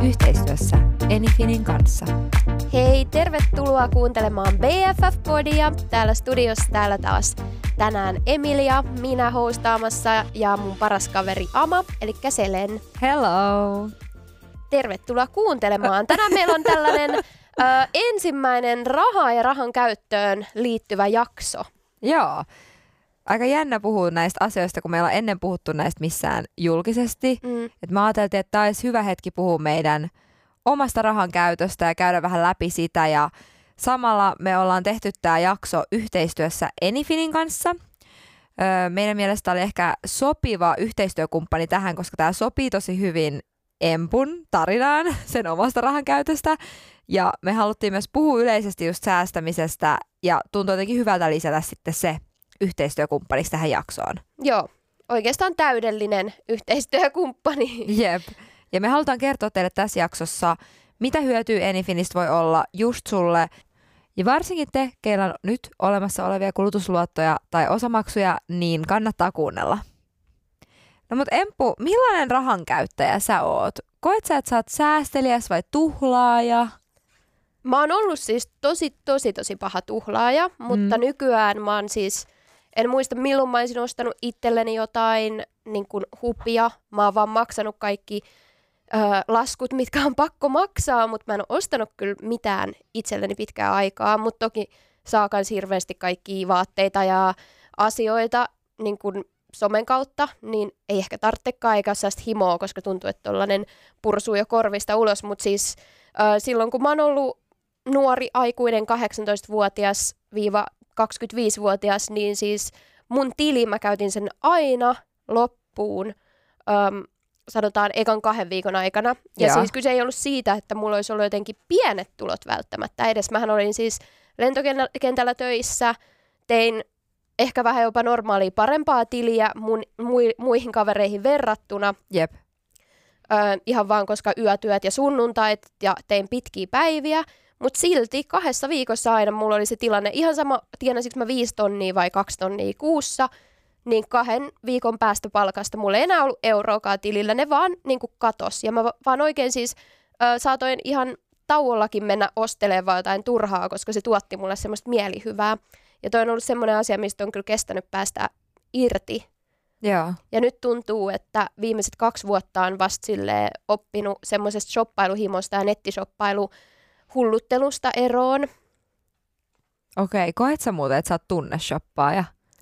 yhteistyössä Anyfinin kanssa. Hei, tervetuloa kuuntelemaan BFF-podia. Täällä studiossa taas tänään Emilia, minä hostaamassa ja mun paras kaveri Ama, eli Selen. Hello! Tervetuloa kuuntelemaan. Tänään meillä on tällainen ensimmäinen rahaa ja rahan käyttöön liittyvä jakso. Joo. Aika jännä puhua näistä asioista, kun meillä on ennen puhuttu näistä missään julkisesti. Et mä ajattelin, että tämä olisi hyvä hetki puhua meidän omasta rahan käytöstä ja käydä vähän läpi sitä. Ja samalla me ollaan tehty tämä jakso yhteistyössä Anyfinin kanssa. Meidän mielestä oli ehkä sopiva yhteistyökumppani tähän, koska tämä sopii tosi hyvin Empun tarinaan sen omasta rahan käytöstä. Ja me haluttiin myös puhua yleisesti just säästämisestä ja tuntui jotenkin hyvältä lisätä sitten se yhteistyökumppaniksi tähän jaksoon. Joo, oikeastaan täydellinen yhteistyökumppani. Jep. Ja me halutaan kertoa teille tässä jaksossa, mitä hyötyä Anyfinistä voi olla just sulle. Ja varsinkin te, keillä on nyt olemassa olevia kulutusluottoja tai osamaksuja, niin kannattaa kuunnella. No mut Empu, millainen rahankäyttäjä sä oot? Koet sä, että sä oot säästeliäs vai tuhlaaja? Mä oon ollut siis tosi paha tuhlaaja, mutta nykyään mä oon siis, en muista milloin mä olisin ostanut itselleni jotain niin kuin hupia. Mä oon vaan maksanut kaikki laskut, mitkä on pakko maksaa, mutta mä en ole ostanut kyllä mitään itselleni pitkään aikaa. Mutta toki saa kans hirveästi kaikkia vaatteita ja asioita niin kuin somen kautta, niin ei ehkä tarvitsekaan eikä ole sellaista himoa, koska tuntuu, että tollainen pursuu jo korvista ulos. Mutta siis silloin kun mä oon ollut nuori aikuinen 18-vuotias-25-vuotias, niin siis mun tili mä käytin sen aina loppuun, sanotaan ekan 2 viikon aikana. Ja siis kyse ei ollut siitä, että mulla olisi ollut jotenkin pienet tulot välttämättä edes. Mähän olin siis lentokentällä töissä, tein ehkä vähän jopa normaalia parempaa tiliä muihin kavereihin verrattuna. Jep. Ihan vaan koska yötyöt ja sunnuntait ja tein pitkiä päiviä. Mutta silti 2 viikossa aina mulla oli se tilanne ihan sama, tienasinko mä 5 tonnia vai 2 tonnia kuussa, niin 2 viikon päästä palkasta mulla ei enää ollut euroakaan tilillä, ne vaan niin kuin katos. Ja mä vaan oikein siis saatoin ihan tauollakin mennä ostelemaan jotain turhaa, koska se tuotti mulle semmoista mielihyvää. Ja toi on ollut semmoinen asia, mistä on kyllä kestänyt päästä irti. Joo. Ja nyt tuntuu, että viimeiset 2 vuotta on vasta silleen oppinut semmoisesta shoppailuhimosta ja nettishoppailuhulluttelusta eroon. Okei, koet sä muuten, että sä oot tunneshoppaaja?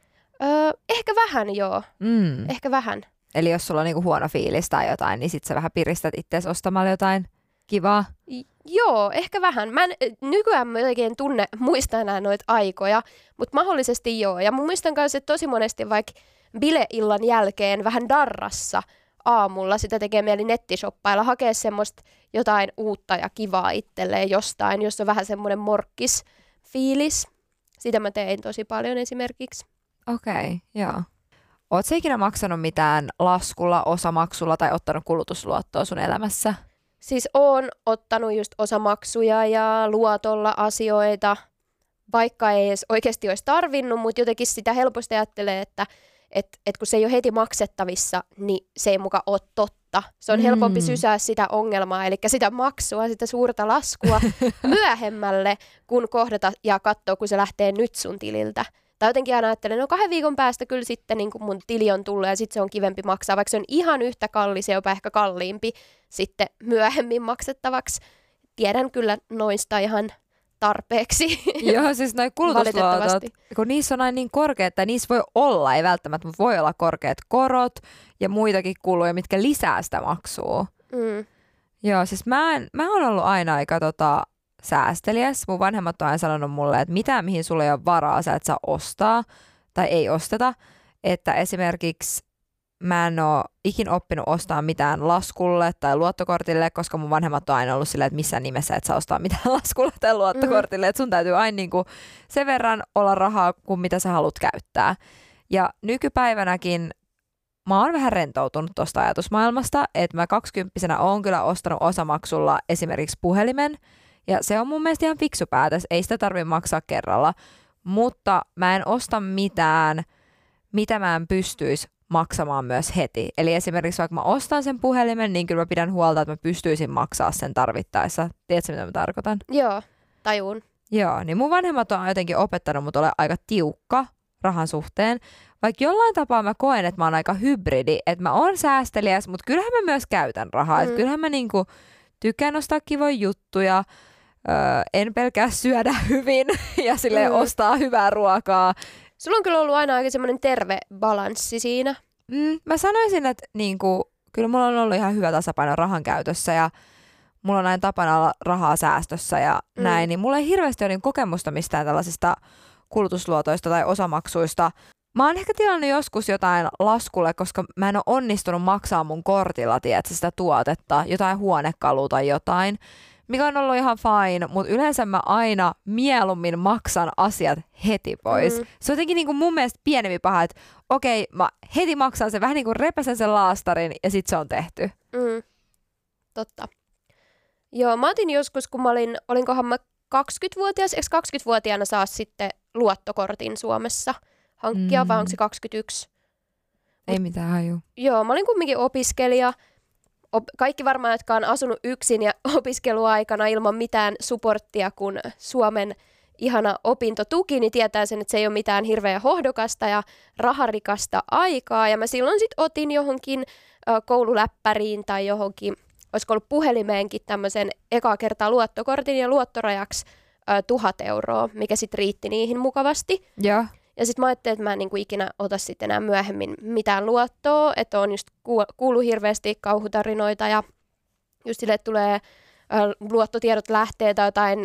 Ehkä vähän, joo. Ehkä vähän. Eli jos sulla on niinku huono fiilis tai jotain, niin sit sä vähän piristät itseäsi ostamalla jotain kivaa? Joo, ehkä vähän. Nykyään mä jotenkin en muista enää noita aikoja, mutta mahdollisesti joo. Ja mä muistan myös, että tosi monesti vaikka bileillan jälkeen vähän darrassa aamulla sitä tekee mieli nettishoppailla, hakea semmoista jotain uutta ja kivaa itselleen jostain, jos on vähän semmoinen morkkis fiilis. Sitä mä tein tosi paljon esimerkiksi. Okei, joo. Oot sä ikinä maksanut mitään laskulla, osamaksulla tai ottanut kulutusluottoa sun elämässä? Siis oon ottanut just osamaksuja ja luotolla asioita, vaikka ei edes oikeasti olisi tarvinnut, mutta jotenkin sitä helposti ajattelee, että kun se ei ole heti maksettavissa, niin se ei muka ole totta. Se on helpompi sysää sitä ongelmaa, eli sitä maksua, sitä suurta laskua myöhemmälle, kun kohdata ja katsoa, kun se lähtee nyt sun tililtä. Tai jotenkin aina ajattelen, no 2 viikon päästä kyllä sitten niin kun mun tili on tullut ja sitten se on kivempi maksaa, vaikka se on ihan yhtä kallis ja jopa ehkä kalliimpi sitten myöhemmin maksettavaksi. Tiedän kyllä noista ihan tarpeeksi. Joo, siis noi kulutusluotot, kun niissä on aina niin korkeat, tai niissä voi olla, ei välttämättä, mutta voi olla korkeat korot ja muitakin kuluja, mitkä lisää sitä maksua. Joo, siis mä oon ollut aina aika säästeliäs. Mun vanhemmat on aina sanonut mulle, että mitään mihin sulla ei ole varaa, sä et saa ostaa tai ei osteta. Että esimerkiksi mä en ole ikin oppinut ostaa mitään laskulle tai luottokortille, koska mun vanhemmat on aina ollut silleen, että missään nimessä et saa ostaa mitään laskulle tai luottokortille. Että sun täytyy aina niinku sen verran olla rahaa kuin mitä sä haluat käyttää. Ja nykypäivänäkin mä oon vähän rentoutunut tuosta ajatusmaailmasta, että mä 20-vuotiaana oon kyllä ostanut osamaksulla esimerkiksi puhelimen. Ja se on mun mielestä ihan fiksu päätös, ei sitä tarvitse maksaa kerralla. Mutta mä en osta mitään, mitä mä en pystyisi maksamaan myös heti. Eli esimerkiksi vaikka mä ostan sen puhelimen, niin kyllä mä pidän huolta, että mä pystyisin maksaa sen tarvittaessa. Tiedätkö, mitä mä tarkoitan? Joo, tajuun. Joo, niin mun vanhemmat on jotenkin opettanut mut ole aika tiukka rahan suhteen. Vaikka jollain tapaa mä koen, että mä oon aika hybridi, että mä oon säästeliäs, mutta kyllähän mä myös käytän rahaa. Että kyllähän mä niinku tykkään ostaa kivoja juttuja, en pelkää syödä hyvin ja silleen ostaa hyvää ruokaa. Sulla on kyllä ollut aina aika semmoinen terve balanssi siinä. Mä sanoisin, että niinku, kyllä mulla on ollut ihan hyvä tasapaino rahan käytössä ja mulla on näin tapana olla rahaa säästössä ja näin, niin mulla ei hirveästi ole kokemusta mistään tällaisista kulutusluotoista tai osamaksuista. Mä oon ehkä tilannut joskus jotain laskulle, koska mä en ole onnistunut maksaa mun kortilla, tiedätkö, sitä tuotetta, jotain huonekalua tai jotain, mikä on ollut ihan fine, mutta yleensä mä aina mieluummin maksan asiat heti pois. Se on jotenkin niin kuin mun mielestä pienempi paha, että okei, mä heti maksan sen, vähän niin kuin repäsen sen laastarin ja sit se on tehty. Totta. Joo, mä otin joskus, kun olinkohan mä 20-vuotias, eikö 20-vuotiaana saa sitten luottokortin Suomessa hankkia, vai onko se 21? Ei mitään haju. Joo, mä olin kumminkin opiskelija. Kaikki varmaan, jotka on asunut yksin ja opiskeluaikana ilman mitään supporttia, kun Suomen ihana opintotuki, niin tietää sen, että se ei ole mitään hirveän hohdokasta ja raharikasta aikaa. Ja mä silloin sitten otin johonkin koululäppäriin tai johonkin, olisiko ollut puhelimeenkin tämmöisen ekaa kertaa luottokortin ja luottorajaksi 1000 euroa, mikä sitten riitti niihin mukavasti. Ja sitten mä ajattelin, että mä en niinku ikinä ota sitten enää myöhemmin mitään luottoa, että on just kuullut hirveästi kauhutarinoita ja just sille, että tulee luottotiedot lähtee tai jotain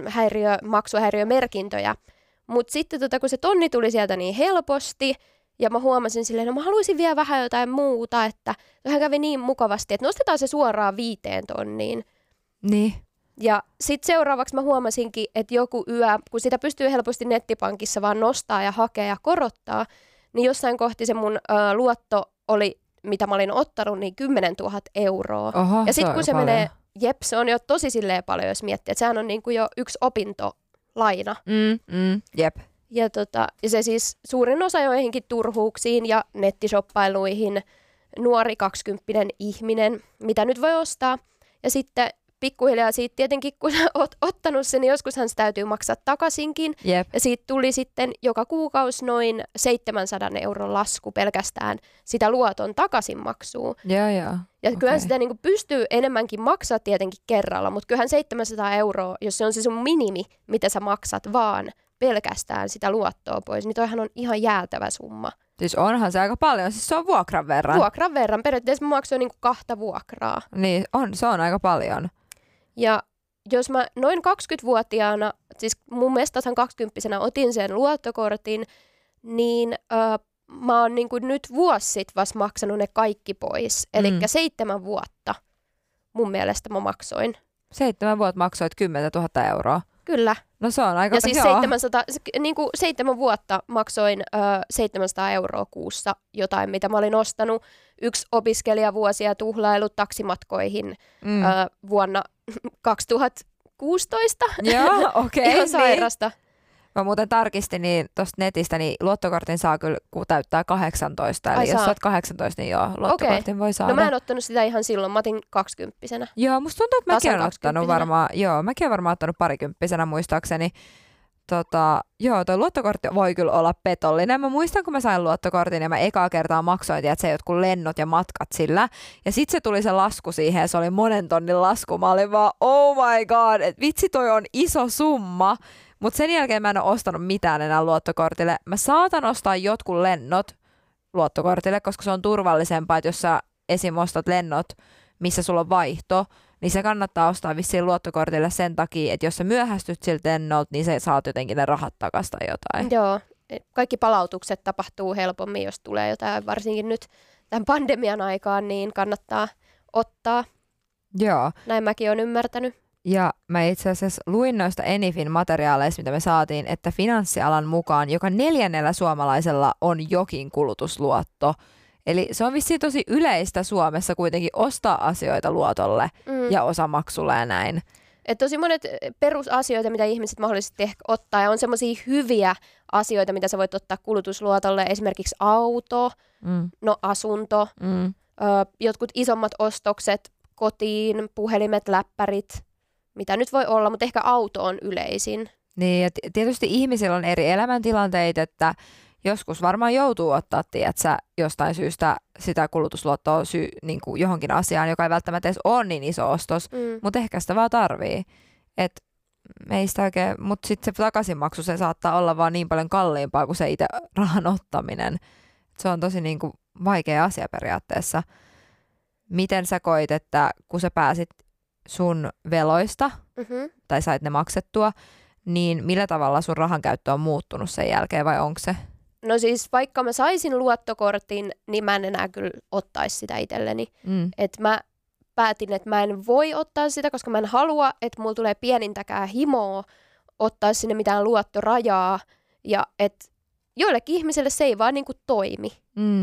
maksuhäiriömerkintöjä. Mutta sitten kun se tonni tuli sieltä niin helposti ja mä huomasin silleen, no mä haluaisin vielä vähän jotain muuta, että hän kävi niin mukavasti, että nostetaan se suoraan 5 tonniin. Niin. Ja sitten seuraavaksi mä huomasinkin, että joku yö, kun sitä pystyy helposti nettipankissa vaan nostaa ja hakea ja korottaa, niin jossain kohti se mun luotto oli, mitä mä olin ottanut, niin 10 000 euroa. Oho, ja sitten kun se paljon. menee, se on jo tosi silleen paljon, jos miettii, että sehän on niin kuin jo yksi opintolaina. Jep. Ja se siis suurin osa joihinkin turhuuksiin ja nettishoppailuihin, nuori 20-vuotias ihminen, mitä nyt voi ostaa. Ja sitten pikkuhiljaa siitä tietenkin, kun sä oot ottanut sen, niin joskushan se täytyy maksaa takaisinkin. Jep. Ja siitä tuli sitten joka kuukausi noin 700 euron lasku pelkästään sitä luoton takaisinmaksua. Ja kyllähän sitä niin kuin pystyy enemmänkin maksaa tietenkin kerralla, mutta kyllähän 700 euroa, jos se on se sun minimi, mitä sä maksat vaan pelkästään sitä luottoa pois, niin toihan on ihan jäätävä summa. Siis onhan se aika paljon, siis se on vuokran verran. Vuokran verran, periaatteessa mä maksoin niin kuin 2 vuokraa. Niin, se on aika paljon. Ja jos mä noin 20-vuotiaana, siis mun mielestä 20-vuotiaana otin sen luottokortin, niin mä oon niin kuin nyt vuosi sitten vasta maksanut ne kaikki pois. Eli 7 vuotta mun mielestä mä maksoin. 7 vuotta maksoit 10 000 euroa. Kyllä. No se on aika... Ja siis 7 vuotta maksoin 700 euroa kuussa jotain, mitä mä olin ostanut. Yksi opiskelijavuosia tuhlailut taksimatkoihin vuonna 2016. Joo, okei. Ihan sairasta. Niin. Mä muuten tarkistin niin tuosta netistä, niin luottokortin saa kyllä, kun täyttää 18. Eli jos sä oot 18, niin joo, luottokortin voi saada. No mä en ottanut sitä ihan silloin, mä otin 20-vuotiaana. Joo, musta tuntuu, että mäkin olen ottanut varmaan, mäkin olen varmaan ottanut 20-vuotiaana muistaakseni. Toi luottokortti voi kyllä olla petollinen. Mä muistan, kun mä sain luottokortin ja mä ekaa kertaa maksoin, että se jotkut lennot ja matkat sillä. Ja sit se tuli se lasku siihen ja se oli monen tonnin lasku. Mä olin vaan, oh my god, että vitsi toi on iso summa. Mutta sen jälkeen mä en ole ostanut mitään enää luottokortille. Mä saatan ostaa jotkut lennot luottokortille, koska se on turvallisempaa, että jos sä esim. Ostat lennot, missä sulla on vaihto, niin se kannattaa ostaa vissiin luottokortille sen takia, että jos sä myöhästyt siltä lennolta, niin sä saat jotenkin ne rahat takaisin tai jotain. Joo, kaikki palautukset tapahtuu helpommin, jos tulee jotain, varsinkin nyt tämän pandemian aikaan, niin kannattaa ottaa. Joo. Näin mäkin olen ymmärtänyt. Ja mä itse asiassa luin noista Enifin materiaaleista, mitä me saatiin, että finanssialan mukaan joka 4. suomalaisella on jokin kulutusluotto. Eli se on vissiin tosi yleistä Suomessa kuitenkin ostaa asioita luotolle ja osamaksulle ja näin. Että tosi monet perusasioita, mitä ihmiset mahdollisesti ehkä ottaa, ja on semmoisia hyviä asioita, mitä sä voit ottaa kulutusluotolle, esimerkiksi auto, asunto, jotkut isommat ostokset kotiin, puhelimet, läppärit, mitä nyt voi olla, mutta ehkä auto on yleisin. Niin, ja tietysti ihmisillä on eri elämäntilanteita, että joskus varmaan joutuu ottaa, tiedätkö, jostain syystä sitä kulutusluottoa niin kuin johonkin asiaan, joka ei välttämättä edes ole niin iso ostos, mutta ehkä sitä vaan tarvii. Et meistä oikein, mutta sitten se takaisinmaksu, se saattaa olla vaan niin paljon kalliimpaa kuin se itse rahan ottaminen. Se on tosi niin kuin vaikea asia periaatteessa. Miten sä koit, että kun sä pääsit sun veloista, tai sait ne maksettua, niin millä tavalla sun rahan käyttö on muuttunut sen jälkeen vai onko se? No siis vaikka mä saisin luottokortin, niin mä en enää kyllä ottaisi sitä itselleni. Että mä päätin, että mä en voi ottaa sitä, koska mä en halua, että mulla tulee pienintäkään himoa ottaa sinne mitään luottorajaa. Ja että joillekin ihmisille se ei vaan niinku toimi.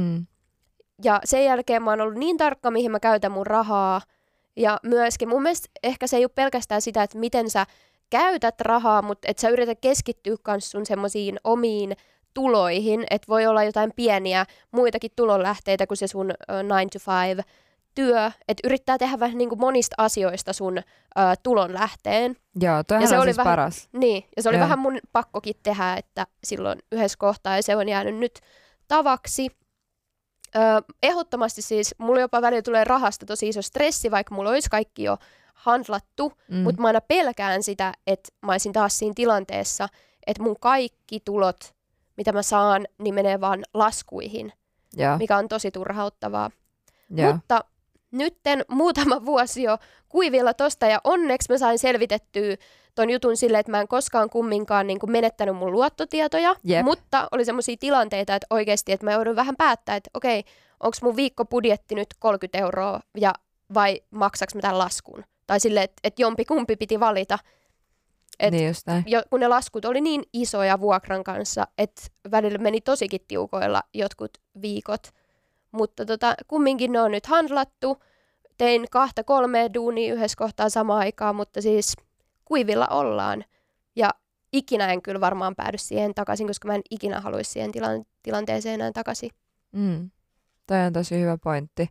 Ja sen jälkeen mä oon ollut niin tarkka, mihin mä käytän mun rahaa. Ja myöskin mun mielestä ehkä se ei ole pelkästään sitä, että miten sä käytät rahaa, mutta että sä yrität keskittyä kans sun semmosiin omiin tuloihin, että voi olla jotain pieniä muitakin tulonlähteitä kuin se sun 9-to-5 työ, että yrittää tehdä vähän niin kuin monista asioista sun tulonlähteen. Joo, toihan on siis vähän, paras. Niin, ja se oli vähän mun pakkokin tehdä, että silloin yhdessä kohtaa, ja se on jäänyt nyt tavaksi. Ehdottomasti siis, mulla jopa välillä tulee rahasta tosi iso stressi, vaikka mulla olisi kaikki jo handlattu, mutta mä aina pelkään sitä, että mä olisin taas siinä tilanteessa, että mun kaikki tulot, mitä mä saan, niin menee vaan laskuihin, mikä on tosi turhauttavaa. Mutta nytten muutama vuosi jo kuivilla tosta, ja onneksi mä sain selvitettyä ton jutun silleen, että mä en koskaan kumminkaan niin kuin menettänyt mun luottotietoja, mutta oli semmoisia tilanteita, että oikeasti, että mä joudun vähän päättää, että okei, onko mun viikkobudjetti nyt 30 euroa vai maksaks mä tämän laskun? Tai silleen, että jompikumpi piti valita. Niin just näin. Kun ne laskut oli niin isoja vuokran kanssa, että välillä meni tosikin tiukoilla jotkut viikot. Mutta kumminkin ne on nyt handlattu. Tein 2-3 duunia yhdessä kohtaa samaan aikaan, mutta siis kuivilla ollaan. Ja ikinä en kyllä varmaan päädy siihen takaisin, koska mä en ikinä haluaisi siihen tilanteeseen enää takaisin. Toi on tosi hyvä pointti.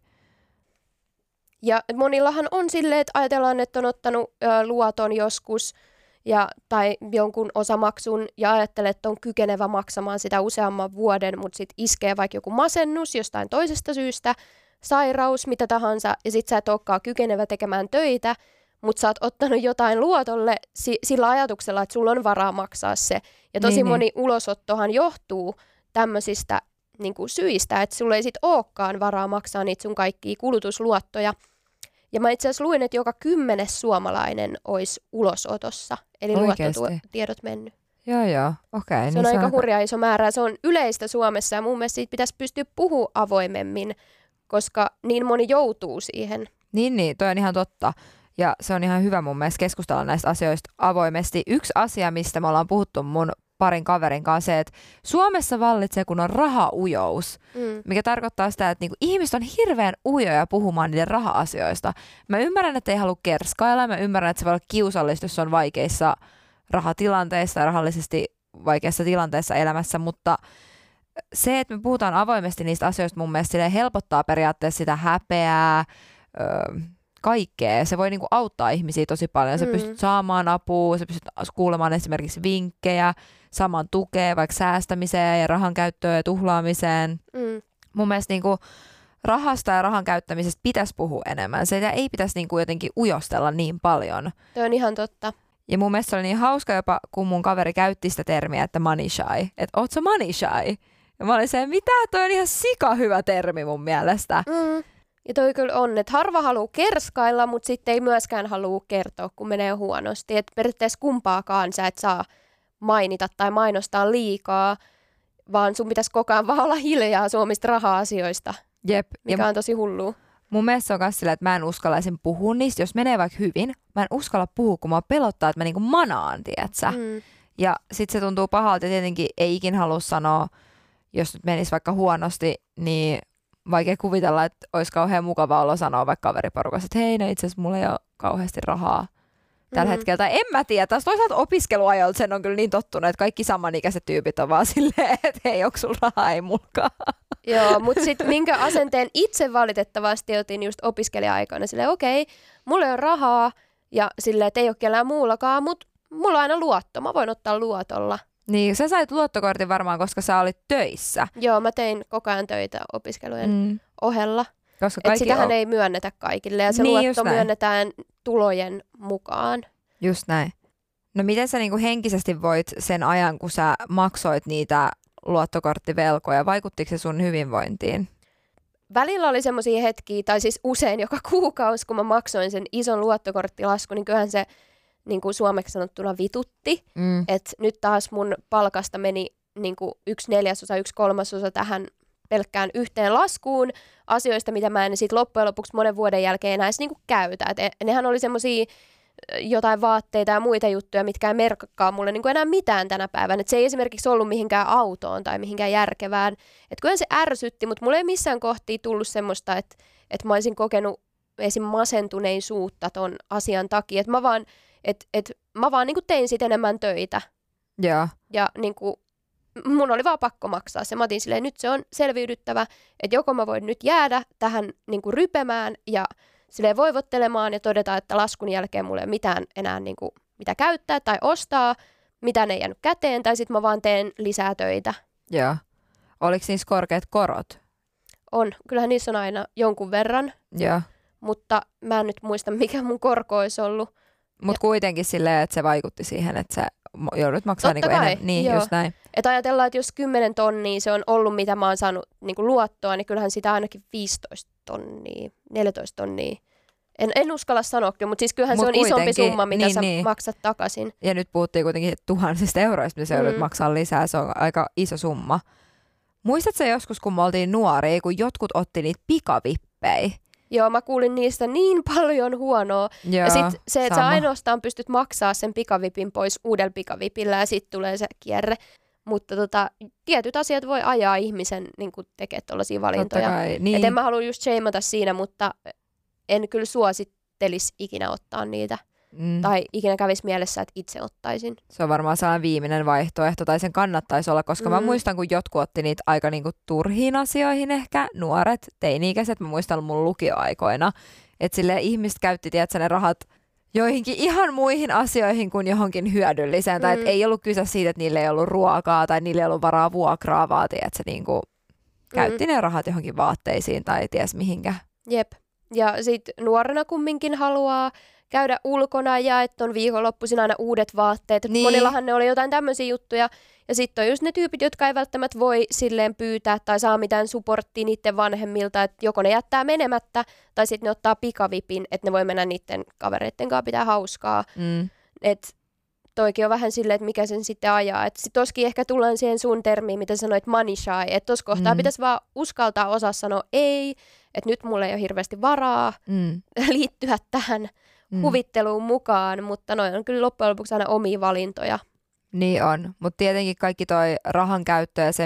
Ja monillahan on silleen, että ajatellaan, että on ottanut luoton joskus tai jonkun osamaksun ja ajattelee, että on kykenevä maksamaan sitä useamman vuoden, mutta sitten iskee vaikka joku masennus jostain toisesta syystä, sairaus, mitä tahansa, ja sitten sä et olekaan kykenevä tekemään töitä, mutta sä oot ottanut jotain luotolle sillä ajatuksella, että sulla on varaa maksaa se. Ja tosi moni ulosottohan johtuu tämmöisistä niin kuin syistä, että sulla ei sit olekaan varaa maksaa niitä sun kaikkia kulutusluottoja. Ja mä itse asiassa luin, että joka 10. suomalainen olisi ulosotossa, eli luottotiedot mennyt. Joo, okei. Se on aika hurja iso määrä. Se on yleistä Suomessa, ja mun mielestä siitä pitäisi pystyä puhumaan avoimemmin, koska niin moni joutuu siihen. Niin, toi on ihan totta. Ja se on ihan hyvä mun mielestä keskustella näistä asioista avoimesti. Yksi asia, mistä me ollaan puhuttu mun parin kaverin kanssa, se, että Suomessa vallitsee kun on rahaujous, mikä tarkoittaa sitä, että niinku ihmiset on hirveän ujoja puhumaan niiden raha-asioista. Mä ymmärrän, että ei halua kerskailla, mä ymmärrän, että se voi olla kiusallista, jos on vaikeissa rahatilanteissa ja rahallisesti vaikeassa tilanteessa elämässä, mutta se, että me puhutaan avoimesti niistä asioista, mun mielestä helpottaa periaatteessa sitä häpeää, kaikkea. Se voi niinku auttaa ihmisiä tosi paljon. Sä pystyt saamaan apua, sä pystyt kuulemaan esimerkiksi vinkkejä, saamaan tukea vaikka säästämiseen ja rahan käyttöön ja tuhlaamiseen. Mun mielestä niinku rahasta ja rahan käyttämisestä pitäisi puhua enemmän. Sitä ei pitäisi niinku jotenkin ujostella niin paljon. Tuo on ihan totta. Ja mun mielestä se oli niin hauska jopa, kun mun kaveri käytti sitä termiä, että money shy. Että oot sä money shy? Ja mä olin se, mitä? Toi on ihan sika hyvä termi mun mielestä. Ja toi kyllä on, että harva haluaa kerskailla, mutta sitten ei myöskään halua kertoa, kun menee huonosti. Että periaatteessa kumpaakaan sä et saa mainita tai mainostaa liikaa, vaan sun pitäisi koko ajan vaan olla hiljaa suomista raha-asioista, mikä on tosi hullua. Mun mielestä se on myös sillä, että mä en uskalaisin puhua niistä. Jos menee vaikka hyvin, mä en uskalla puhua, kun mä pelottaa, että mä niinku manaan, tietsä. Ja sit se tuntuu pahalta ja tietenkin ei ikin halua sanoa, jos nyt menisi vaikka huonosti, niin vaikea kuvitella, että olisi kauhean mukava olo sanoa vaikka kaveriporukassa, että hei, no itse asiassa mulla ei ole kauheasti rahaa tällä hetkellä. Tai en mä tiedä. Taas toisaalta opiskeluajoilta sen on kyllä niin tottunut, että kaikki samanikäiset tyypit on vaan silleen, että hei, onko sulla rahaa, ei mulkaan. Joo, mutta sitten minkä asenteen itse valitettavasti otin just opiskelija-aikana. Silleen okei, mulla ei ole rahaa ja silleen, että ei ole kellään muullakaan, mutta mulla on aina luotto. Mä voin ottaa luotolla. Niin, sä sait luottokortin varmaan, koska sä olit töissä. Joo, mä tein koko ajan töitä opiskelujen ohella. Koska sitähän ei myönnetä kaikille ja se niin, luotto myönnetään tulojen mukaan. Just näin. No miten sä niinku henkisesti voit sen ajan, kun sä maksoit niitä luottokorttivelkoja, vaikuttiko se sun hyvinvointiin? Välillä oli semmoisia hetkiä, tai siis usein joka kuukausi, kun mä maksoin sen ison luottokorttilaskun, niin kyllähän se niin kuin suomeksi sanottuna vitutti. Että nyt taas mun palkasta meni niin kuin 1/4, 1/3 tähän yhteen laskuun asioista, mitä mä en sit loppujen lopuksi monen vuoden jälkeen enää edes niin kuin käytä. Et nehän oli semmoisia jotain vaatteita ja muita juttuja, mitkä ei merkkaa mulle niin kuin enää mitään tänä päivänä. Et se ei esimerkiksi ollut mihinkään autoon tai mihinkään järkevään. Et kyllä se ärsytti, mutta mulle ei missään kohtia tullut semmoista, että mä olisin kokenut esim. Masentuneisuutta ton asian takia. Että mä vaan niin kuin tein sit enemmän töitä. Yeah. Ja niin kuin, mun oli vaan pakko maksaa se. Mä otin silleen, nyt se on selviydyttävä, että joko mä voin nyt jäädä tähän niin kuin rypemään ja silleen voivottelemaan ja todeta, että laskun jälkeen mulla ei ole mitään enää niin kuin, mitä käyttää tai ostaa, mitään ei jäänyt käteen, tai sitten mä vaan teen lisää töitä. Joo. Oliko niissä korkeat korot? On. Kyllähän niissä on aina jonkun verran. Joo. Mutta mä en nyt muista, mikä mun korko olisi ollut. Mutta kuitenkin silleen, että se vaikutti siihen, että sä joudut maksaa niinku enemmän. Niin, joo. Just näin. Että ajatellaan, että jos 10 tonnia se on ollut, mitä mä oon saanut niinku luottoa, niin kyllähän sitä ainakin 15 tonnia, 14 tonnia. En uskalla sanoa kyllä, mutta siis kyllähän se on isompi summa, mitä sä maksat takaisin. Ja nyt puhuttiin kuitenkin tuhansista euroista, mitä sä joudut maksaa lisää. Se on aika iso summa. Muistatko joskus, kun me oltiin nuoria, kun jotkut otti niitä pikavippejä? Joo, mä kuulin niistä niin paljon huonoa. Joo, ja sitten se, että sä ainoastaan pystyt maksaa sen pikavipin pois uudella pikavipillä ja sitten tulee se kierre. Mutta tietyt asiat voi ajaa ihmisen niin tekemään tuollaisia valintoja. Niin. Et en mä halua just shameata siinä, mutta en kyllä suosittelisi ikinä ottaa niitä. Tai ikinä kävisi mielessä, että itse ottaisin. Se on varmaan sellainen viimeinen vaihtoehto, tai sen kannattaisi olla, koska mä muistan, kun jotkut otti niitä aika niinku turhiin asioihin ehkä, nuoret, teini-ikäiset, mä muistan mun lukioaikoina, että silleen ihmiset käytti, tiedätkö, ne rahat joihinkin ihan muihin asioihin kuin johonkin hyödylliseen, tai että ei ollut kyse siitä, että niille ei ollut ruokaa, tai niille ei ollut varaa vuokraa, vaan että se niinku käytti ne rahat johonkin vaatteisiin, tai ties mihinkä. Jep, ja sit nuorena kumminkin haluaa käydä ulkona ja että on viikonloppuisin aina uudet vaatteet. Niin. Monillahan ne oli jotain tämmöisiä juttuja. Ja sitten on just ne tyypit, jotka ei välttämättä voi silleen pyytää tai saa mitään supporttia niiden vanhemmilta. Että joko ne jättää menemättä tai sitten ne ottaa pikavipin, että ne voi mennä niiden kavereiden kanssa pitää hauskaa. Että toikin on vähän silleen, että mikä sen sitten ajaa. Että sitten toskin ehkä tullaan siihen sun termiin, mitä sanoit money shy. Että tuossa kohtaa pitäisi vaan uskaltaa osaa sanoa ei. Että nyt mulla ei ole hirveästi varaa liittyä tähän huvitteluun mukaan, mutta noin on kyllä loppujen lopuksi aina omia valintoja. Niin on, mutta tietenkin kaikki toi rahan käyttö ja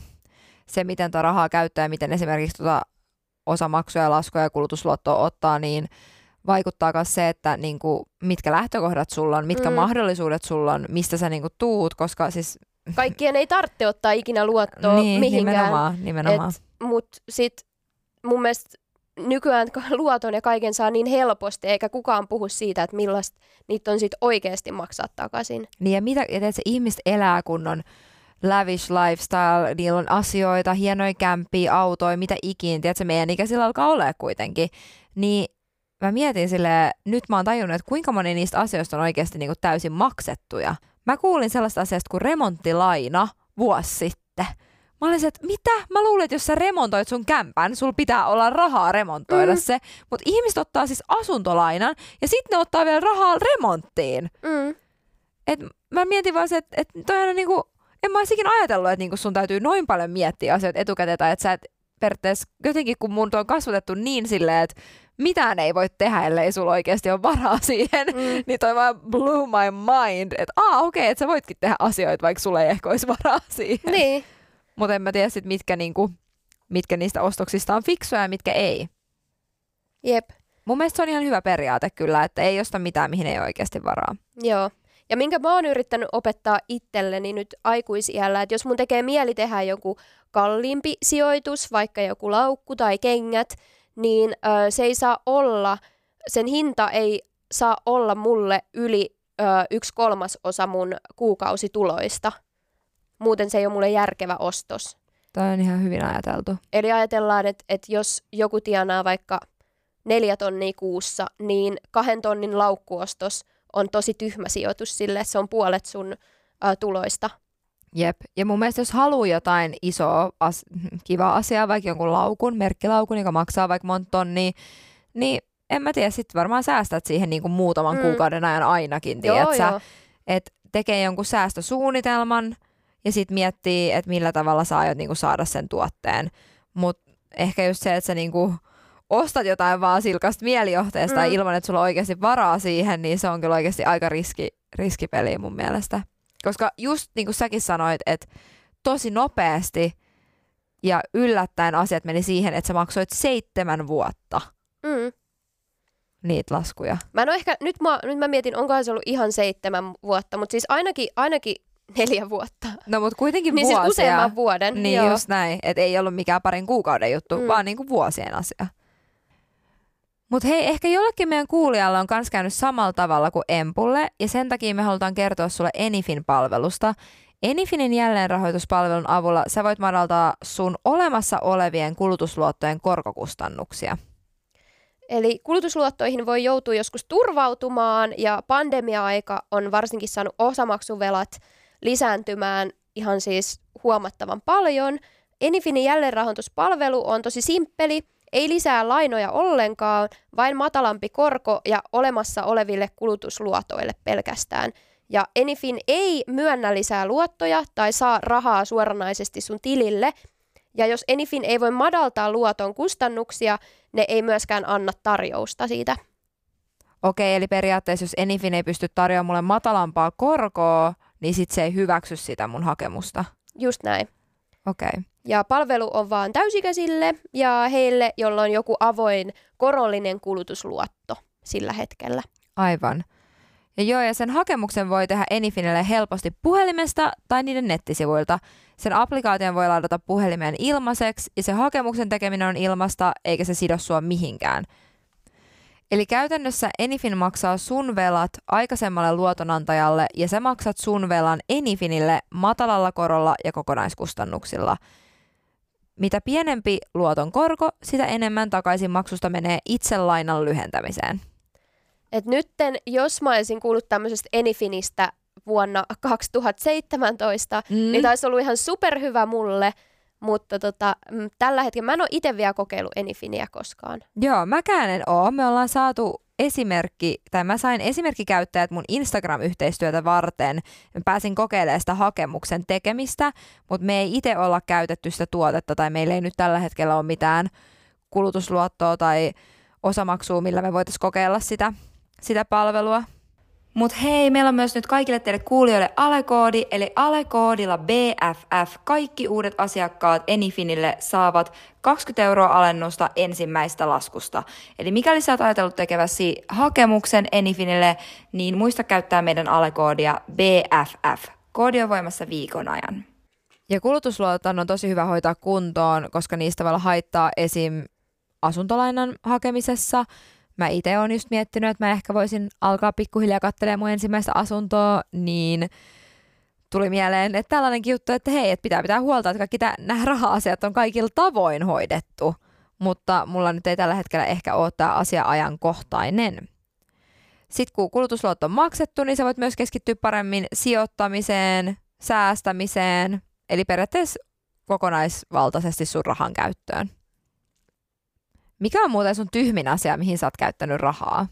se miten tuo rahaa käyttää ja miten esimerkiksi osamaksuja, laskuja ja kulutusluottoa ottaa, niin vaikuttaa myös se, että niinku, mitkä lähtökohdat sulla on, mitkä mahdollisuudet sulla on, mistä sä niinku tuut, koska siis kaikkien ei tarvitse ottaa ikinä luottoa niin, mihinkään. Nimenomaan. Mutta sitten mun mielestä nykyään luoton ja kaiken saa niin helposti, eikä kukaan puhu siitä, että millaista niitä on sitten oikeasti maksaa takaisin. Niin ja mitä, se ihmiset elää, kun on lavish lifestyle, niillä on asioita, hienoja kämpiä, autoja, mitä ikin, tiedätkö, meidän ikäisillä alkaa olla kuitenkin. Niin mä mietin silleen, nyt mä oon tajunnut, että kuinka moni niistä asioista on oikeasti niinku täysin maksettuja. Mä kuulin sellaista asiasta kuin remonttilaina vuosi sitten. Mä olin se, että mitä? Mä luulen, että jos sä remontoit sun kämpän, sulla pitää olla rahaa remontoida se. Mutta ihmiset ottaa siis asuntolainan ja sitten ne ottaa vielä rahaa remonttiin. Et mä mietin vaan se, että toihan on niinku, en mä olisi ikinä ajatellut, että niinku sun täytyy noin paljon miettiä asioita etukäteen. Tai että sä et periaatteessa jotenkin, kun mun on kasvatettu niin silleen, että mitään ei voi tehdä, ellei sulla oikeasti ole varaa siihen, niin toi vaan blew my mind, että okei, että sä voitkin tehdä asioita, vaikka sulla ei ehkä olisi varaa siihen. Niin. Mutta en mä tiedä sit, mitkä niistä ostoksista on fiksuja ja mitkä ei. Jep. mun mielestä se on ihan hyvä periaate kyllä, että ei osta mitään, mihin ei oikeasti varaa. Joo. Ja minkä mä oon yrittänyt opettaa itselleni nyt aikuisiällä, että jos mun tekee mieli tehdä joku kalliimpi sijoitus, vaikka joku laukku tai kengät, niin se ei saa olla, sen hinta ei saa olla mulle yli 1/3 mun kuukausituloista. Muuten se ei ole mulle järkevä ostos. Tämä on ihan hyvin ajateltu. Eli ajatellaan, että jos joku tienaa vaikka 4 tonnia kuussa, niin 2 tonnin laukkuostos on tosi tyhmä sijoitus sille, että se on puolet sun tuloista. Jep, ja mun mielestä jos haluaa jotain isoa, kivaa asiaa, vaikka jonkun laukun, merkkilaukun, joka maksaa vaikka monta tonnia, niin en mä tiedä, sit varmaan säästät siihen niin kuin muutaman kuukauden ajan ainakin, tiedätkö? Että tekee jonkun säästösuunnitelman ja sitten miettii, että millä tavalla sä aiot niin kuin saada sen tuotteen. Mutta ehkä just se, että sä niin kuin ostat jotain vaan silkasta mielijohteesta ilman, että sulla on oikeasti varaa siihen, niin se on kyllä oikeasti aika riskipeli mun mielestä. Koska just niin kuin säkin sanoit, että tosi nopeasti ja yllättäen asiat meni siihen, että sä maksoit 7 vuotta niitä laskuja. Nyt mä mietin, onkohan se ollut ihan 7 vuotta, mutta siis ainakin 4 vuotta. No mutta kuitenkin niin vuosia. Siis useamman vuoden. Niin just näin, että ei ollut mikään parin kuukauden juttu, vaan niin kuin vuosien asia. Mutta hei, ehkä jollekin meidän kuulijalla on myös käynyt samalla tavalla kuin Empulle, ja sen takia me halutaan kertoa sulle Anyfin-palvelusta. Anyfinin jälleenrahoituspalvelun avulla sä voit madaltaa sun olemassa olevien kulutusluottojen korkokustannuksia. Eli kulutusluottoihin voi joutua joskus turvautumaan, ja pandemia-aika on varsinkin saanut osamaksuvelat lisääntymään ihan siis huomattavan paljon. Anyfinin jälleenrahoituspalvelu on tosi simppeli, ei lisää lainoja ollenkaan, vain matalampi korko ja olemassa oleville kulutusluotoille pelkästään. Ja Anyfin ei myönnä lisää luottoja tai saa rahaa suoranaisesti sun tilille. Ja jos Anyfin ei voi madaltaa luoton kustannuksia, ne ei myöskään anna tarjousta siitä. Okei, eli periaatteessa jos Anyfin ei pysty tarjoamaan mulle matalampaa korkoa, niin sit se ei hyväksy sitä mun hakemusta. Just näin. Okei. Ja palvelu on vaan täysikäisille ja heille, jolla on joku avoin korollinen kulutusluotto sillä hetkellä. Aivan. Ja sen hakemuksen voi tehdä Anyfinille helposti puhelimesta tai niiden nettisivuilta. Sen applikaation voi ladata puhelimeen ilmaiseksi ja se hakemuksen tekeminen on ilmasta eikä se sido sua mihinkään. Eli käytännössä Anyfin maksaa sun velat aikaisemmalle luotonantajalle ja sä maksat sun velan Anyfinille matalalla korolla ja kokonaiskustannuksilla. Mitä pienempi luoton korko, sitä enemmän takaisin maksusta menee itse lainan lyhentämiseen. Et nytten, jos mä olisin kuullut tämmöisestä Anyfinistä vuonna 2017, niin taisi ollut ihan superhyvä mulle, mutta tällä hetkellä mä en ole itse vielä kokeillut Anyfinia koskaan. Joo, mäkään en oo. Me ollaan saatu mä sain esimerkkikäyttäjät mun Instagram-yhteistyötä varten. Mä pääsin kokeilemaan sitä hakemuksen tekemistä, mutta me ei itse olla käytetty sitä tuotetta tai meillä ei nyt tällä hetkellä ole mitään kulutusluottoa tai osamaksua, millä me voitaisiin kokeilla sitä palvelua. Mut hei, meillä on myös nyt kaikille teille kuulijoille alekoodi, eli alekoodilla BFF kaikki uudet asiakkaat Anyfinille saavat 20 € alennusta ensimmäistä laskusta. Eli mikäli sä oot ajatellut tekeväsi hakemuksen Anyfinille, niin muista käyttää meidän alekoodia BFF. Koodi on voimassa viikon ajan. Ja kulutusluotot on tosi hyvä hoitaa kuntoon, koska niistä voi olla haittaa esim. Asuntolainan hakemisessa. Mä itse oon just miettinyt, että mä ehkä voisin alkaa pikkuhiljaa katselemaan mun ensimmäistä asuntoa, niin tuli mieleen, että tällainenkin juttu, että hei, että pitää huolta, että kaikki nämä raha-asiat on kaikilla tavoin hoidettu, mutta mulla nyt ei tällä hetkellä ehkä ole tämä asia ajankohtainen. Sitten kun kulutusluotto on maksettu, niin sä voit myös keskittyä paremmin sijoittamiseen, säästämiseen, eli periaatteessa kokonaisvaltaisesti sun rahan käyttöön. Mikä on muuten sun tyhmin asia, mihin sä oot käyttänyt rahaa?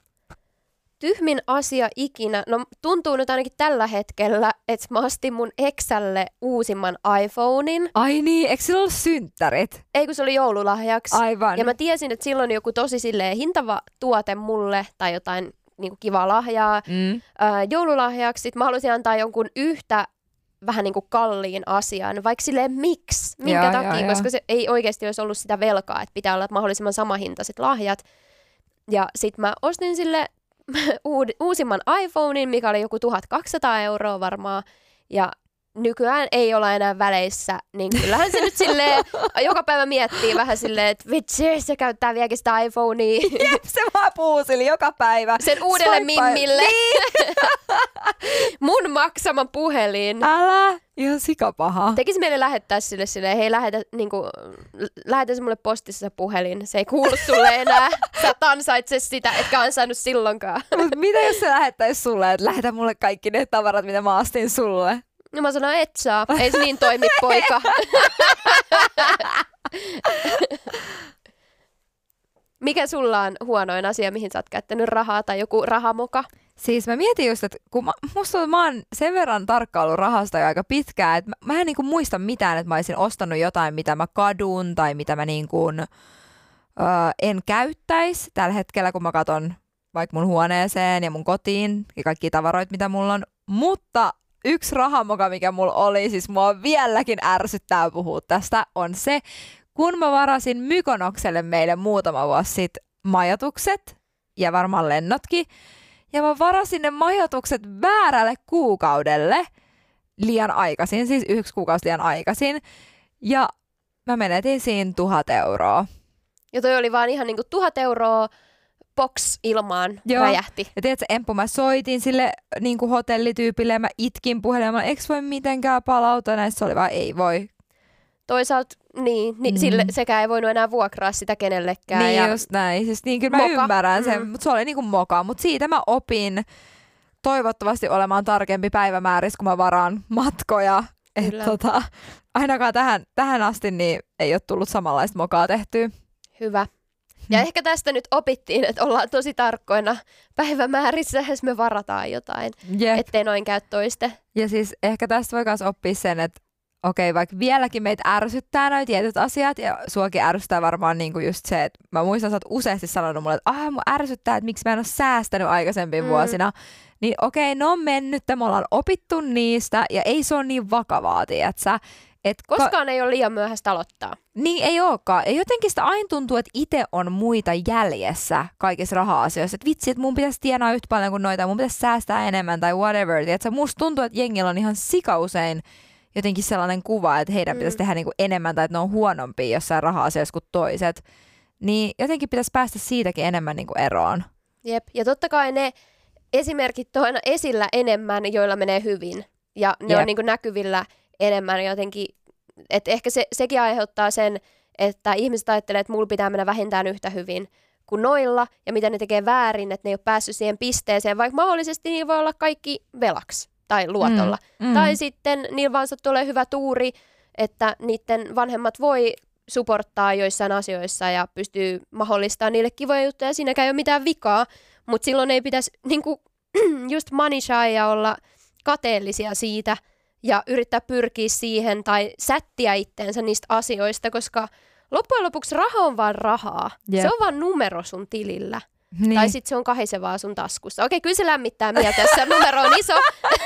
Tyhmin asia ikinä? No tuntuu nyt ainakin tällä hetkellä, että mä ostin mun Exälle uusimman iPhonein. Ai niin, eikö sillä ollut synttärit? Ei, kun se oli joululahjaksi. Aivan. Ja mä tiesin, että silloin joku tosi silleen hintava tuote mulle tai jotain niinku kivaa lahjaa joululahjaksi. Sitten mä halusin antaa jonkun yhtä vähän niin kuin kalliin asian, vaikka silleen miksi, minkä takia, koska se ei oikeasti olisi ollut sitä velkaa, että pitää olla mahdollisimman samahintaiset lahjat. Ja sit mä ostin sille uusimman iPhonein, mikä oli joku 1200 € varmaan. Ja nykyään ei olla enää väleissä, niin kyllähän se nyt silleen joka päivä miettii vähän silleen, että vitsi, se käyttää vieläkin sitä iPhonea. Jep, se vaan puusili joka päivä. Sen uudelle mimmille. Niin. Mun maksama puhelin. Älä, ihan sikapaha. Tekisi meille lähettää sille silleen, hei lähetä se mulle postissa se puhelin. Se ei kuulu sulle enää. Sä et ansaitse sitä, etkä ansainnut silloinkaan. Mut mitä jos se lähettäisi sulle, että lähetä mulle kaikki ne tavarat, mitä mä astin sulle? No mä sanoin, et saa. Ei se niin toimi, poika. Mikä sulla on huonoin asia, mihin sä oot käyttänyt rahaa tai joku rahamoka? Siis mä mietin just, että kun mä oon sen verran tarkkaillut rahasta jo aika pitkään, että mä en niinku muista mitään, että mä olisin ostanut jotain, mitä mä kadun tai mitä mä niinku, en käyttäisi tällä hetkellä, kun mä katon vaikka mun huoneeseen ja mun kotiin ja kaikki tavaroit, mitä mulla on. Mutta yksi rahamoka, mikä mulla oli, siis mua vieläkin ärsyttää puhua tästä, on se, kun mä varasin Mykonokselle meille muutama vuosi sitten majoitukset ja varmaan lennotkin. Ja mä varasin ne majoitukset väärälle kuukaudelle liian aikaisin, siis 1 kuukausi liian aikaisin. Ja mä menetin siinä 1 000 €. Ja toi oli vaan ihan niinku 1 000 € box ilmaan räjähti. Ja tiedätkö, Emppu, mä soitin sille niinku hotellityypille ja mä itkin puhelimella, eikö voi mitenkään palauta näistä? Se oli vaan, ei voi. Toisaalta niin sille, sekään ei voinut enää vuokraa sitä kenellekään. Niin ja just näin. Siis niin kyllä mä ymmärrän sen, mutta se oli niinku moka. Mutta siitä mä opin toivottavasti olemaan tarkempi päivämäärissä, kun mä varaan matkoja. Että ainakaan tähän asti niin ei ole tullut samanlaista mokaa tehtyä. Hyvä. Ja ehkä tästä nyt opittiin, että ollaan tosi tarkkoina päivämäärissä, jos me varataan jotain, ettei noin käy toiste. Ja siis ehkä tästä voi myös oppia sen, että okei, vaikka vieläkin meitä ärsyttää nuo tietyt asiat, ja suakin ärsyttää varmaan niinku just se, että mä muistan, että sä oot useasti sanonut mulle, että mun ärsyttää, että miksi mä en ole säästänyt aikaisempina vuosina. Niin okei, ne on mennyt, me ollaan opittu niistä, ja ei se ole niin vakavaa, tiiätsä. Koskaan ei ole liian myöhäistä aloittaa. Niin, ei olekaan. Ja jotenkin sitä aina tuntuu, että itse on muita jäljessä kaikissa raha-asioissa. Että vitsi, että mun pitäisi tienaa yhtä paljon kuin noita, mun pitäisi säästää enemmän tai whatever. Tiiätsä, musta tuntuu, että jengillä on ihan sikausein jotenkin sellainen kuva, että heidän pitäisi tehdä niinku enemmän tai että ne on huonompia jossain raha-asioissa kuin toiset. Niin jotenkin pitäisi päästä siitäkin enemmän niinku eroon. Jep, ja totta kai ne esimerkit on aina esillä enemmän, joilla menee hyvin. Ja ne on niinku näkyvillä enemmän jotenkin, että ehkä sekin aiheuttaa sen, että ihmiset ajattelee, että mulla pitää mennä vähintään yhtä hyvin kuin noilla, ja mitä ne tekee väärin, että ne ei ole päässyt siihen pisteeseen, vaikka mahdollisesti niillä voi olla kaikki velaksi tai luotolla. Tai sitten niillä vaan sattuu olemaan hyvä tuuri, että niiden vanhemmat voi supporttaa joissain asioissa ja pystyy mahdollistamaan niille kivoja juttuja, siinäkään ei ole mitään vikaa, mutta silloin ei pitäisi niinku, just money shy ja olla kateellisia siitä, ja yrittää pyrkiä siihen tai sättiä itteensä niistä asioista, koska loppujen lopuksi raha on vaan rahaa. Yep. Se on vaan numero sun tilillä. Niin. Tai sitten se on kahisevaa sun taskussa. Okei, kyllä se lämmittää mieltä, jos se numero on iso.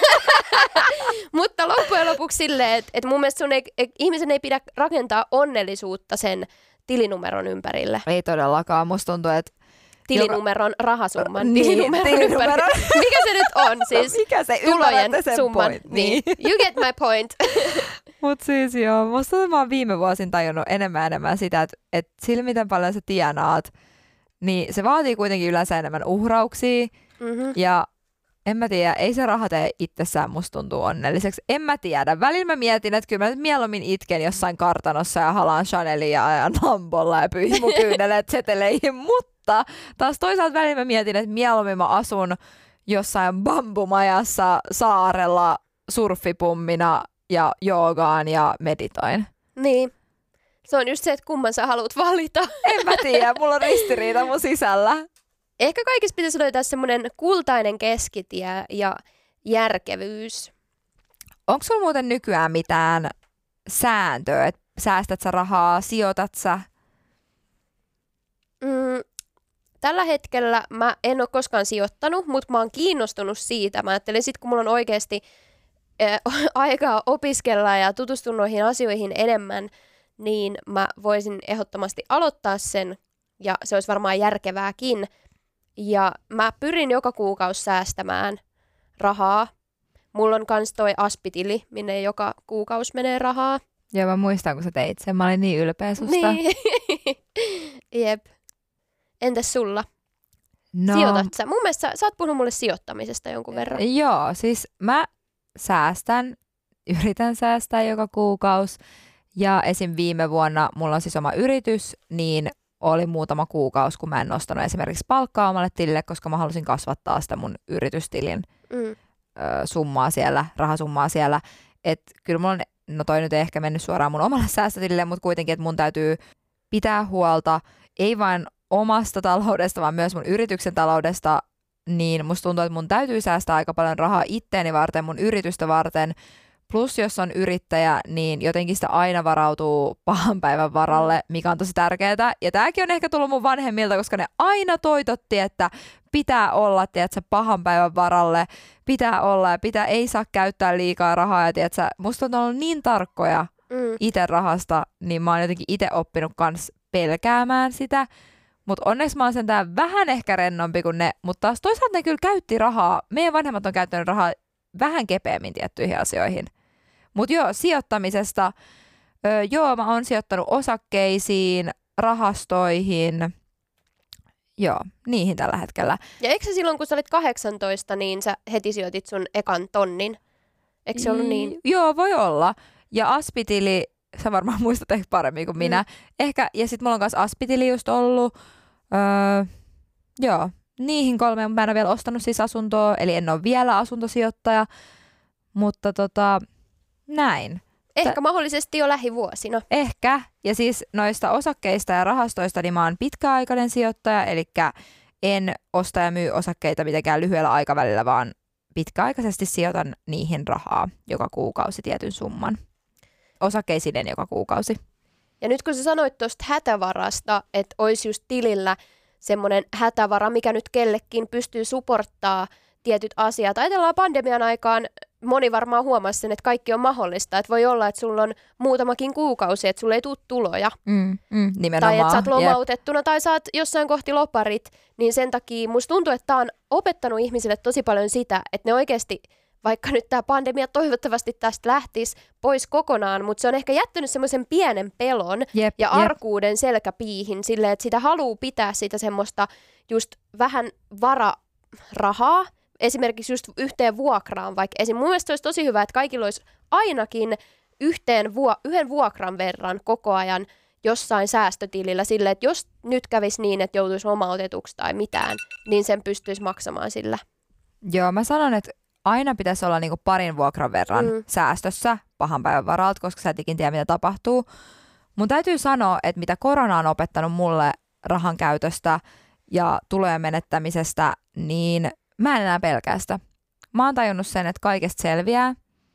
Mutta loppujen lopuksi silleen, että mun mielestä ihmisen ei pidä rakentaa onnellisuutta sen tilinumeron ympärille. Ei todellakaan. Musta tuntuu, että tilinumeron rahasumman tilinumeron. Mikä se nyt on? Siis mikä se tulojen summan. Point. Niin. You get my point. Mut siis joo, musta mä oon viime vuosin tajunnut enemmän sitä, että sillä miten paljon sä tienaat, niin se vaatii kuitenkin yleensä enemmän uhrauksia. Ja en mä tiedä, ei se raha tee itsessään musta tuntuu onnelliseksi. En mä tiedä. Välillä mä mietin, että kyllä mä nyt mieluummin itken jossain kartanossa ja halaan Chanelia ja ajan Lambolla ja pyyhin mun kyyneleet seteleihin, mutta taas toisaalta välillä mä mietin, että mieluummin mä asun jossain bambumajassa saarella surfipummina ja joogaan ja meditoin. Niin. Se on just se, että kumman sä haluat valita. En mä tiedä, mulla on ristiriita mun sisällä. Ehkä kaikissa pitäisi löytää semmoinen kultainen keskitie ja järkevyys. Onko sulla muuten nykyään mitään sääntöä, että säästät sä rahaa, sijoitat sä? Tällä hetkellä mä en ole koskaan sijoittanut, mutta mä oon kiinnostunut siitä. Mä ajattelin sit, kun mulla on oikeasti aikaa opiskella ja tutustua noihin asioihin enemmän, niin mä voisin ehdottomasti aloittaa sen, ja se olisi varmaan järkevääkin. Ja mä pyrin joka kuukausi säästämään rahaa. Mulla on kans toi Aspitili, minne joka kuukausi menee rahaa. Joo, mä muistan, kun sä teit sen. Mä olin niin ylpeä susta. Niin. Jep. Entäs sulla? No, Sijoitat sä? Mun mielestä sä oot puhunut mulle sijoittamisesta jonkun verran. Joo, siis mä yritän säästää joka kuukausi. Ja esim. Viime vuonna mulla on siis oma yritys, niin oli muutama kuukausi, kun mä en nostanut esimerkiksi palkkaa omalle tilille, koska mä halusin kasvattaa sitä mun yritystilin summaa siellä, rahasummaa siellä. Että kyllä mulla on, no toi nyt ei ehkä mennyt suoraan mun omalle säästötilille, mutta kuitenkin, että mun täytyy pitää huolta, ei vain omasta taloudesta, vaan myös mun yrityksen taloudesta, niin musta tuntuu, että mun täytyy säästää aika paljon rahaa itteeni varten, mun yritystä varten. Plus jos on yrittäjä, niin jotenkin sitä aina varautuu pahan päivän varalle, mikä on tosi tärkeää. Ja tääkin on ehkä tullut mun vanhemmilta, koska ne aina toitotti, että pitää olla, tiedätkö, pahan päivän varalle. Pitää olla ja ei saa käyttää liikaa rahaa. Ja tiedätkö, musta on ollut niin tarkkoja itse rahasta, niin mä oon jotenkin itse oppinut kans pelkäämään sitä. Mutta onneksi mä oon sentään vähän ehkä rennompi kuin ne, mutta taas toisaalta ne kyllä käytti rahaa. Meidän vanhemmat on käyttänyt rahaa vähän kepeämmin tiettyihin asioihin. Mutta joo, sijoittamisesta, mä oon sijoittanut osakkeisiin, rahastoihin, joo, niihin tällä hetkellä. Ja eikö sä silloin, kun sä olit 18, niin sä heti sijoitit sun ekan tonnin? Eikö se ollut niin? Joo, voi olla. Ja Aspitili, sä varmaan muistat ehkä paremmin kuin minä. Ehkä, ja sit mulla on kanssa Aspitili just ollut. Joo, niihin 3, mä en ole vielä ostanut siis asuntoa, eli en ole vielä asuntosijoittaja, mutta näin. Ehkä mahdollisesti jo lähivuosina. Ehkä. Ja siis noista osakkeista ja rahastoista niin mä oon pitkäaikainen sijoittaja, eli en osta ja myy osakkeita mitenkään lyhyellä aikavälillä, vaan pitkäaikaisesti sijoitan niihin rahaa joka kuukausi tietyn summan. Osakkeisiin en joka kuukausi. Ja nyt kun sä sanoit tuosta hätävarasta, että olisi just tilillä semmoinen hätävara, mikä nyt kellekin pystyy supporttaa tietyt asiat. Ajatellaan pandemian aikaan, moni varmaan huomasi sen, että kaikki on mahdollista. Että voi olla, että sulla on muutamakin kuukausi, että sulla ei tule tuloja. Nimenomaan. Tai että sä oot lomautettuna tai sä oot jossain kohti loparit. Niin sen takia musta tuntuu, että tää on opettanut ihmisille tosi paljon sitä, että ne oikeasti, vaikka nyt tämä pandemia toivottavasti tästä lähtisi pois kokonaan, mutta se on ehkä jättänyt semmoisen pienen pelon ja arkuuden selkäpiihin silleen, että sitä haluaa pitää sitä semmoista just vähän vararahaa, esimerkiksi just yhteen vuokraan, vaikka mun mielestä olisi tosi hyvä, että kaikilla olisi ainakin yhden vuokran verran koko ajan jossain säästötilillä silleen, että jos nyt kävisi niin, että joutuisi lomautetuksi tai mitään, niin sen pystyisi maksamaan sillä. Joo, mä sanon, että aina pitäisi olla niinku parin vuokran verran säästössä pahan päivän varalta, koska sä et ikin tiedä, mitä tapahtuu. Mun täytyy sanoa, että mitä korona on opettanut mulle rahan käytöstä ja tulojen menettämisestä, niin mä en enää pelkää sitä. Mä oon tajunnut sen, että kaikesta selviää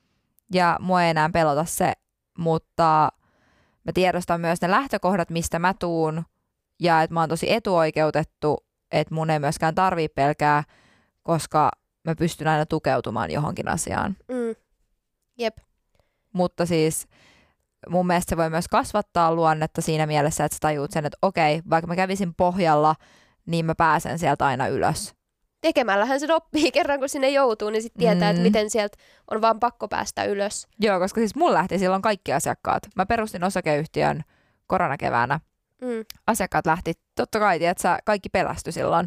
ja mua ei enää pelota se, mutta mä tiedostan myös ne lähtökohdat, mistä mä tuun ja että mä oon tosi etuoikeutettu, että mun ei myöskään tarvii pelkää, koska mä pystyn aina tukeutumaan johonkin asiaan. Jep. Mutta siis mun mielestä se voi myös kasvattaa luonnetta siinä mielessä, että sä tajuut sen, että okei, vaikka mä kävisin pohjalla, niin mä pääsen sieltä aina ylös. Tekemällähän se oppii kerran, kun sinne joutuu, niin sitten tietää, että miten sieltä on vaan pakko päästä ylös. Joo, koska siis mun lähti silloin kaikki asiakkaat. Mä perustin osakeyhtiön koronakeväänä. Asiakkaat lähti, totta kai, että kaikki pelästyi silloin,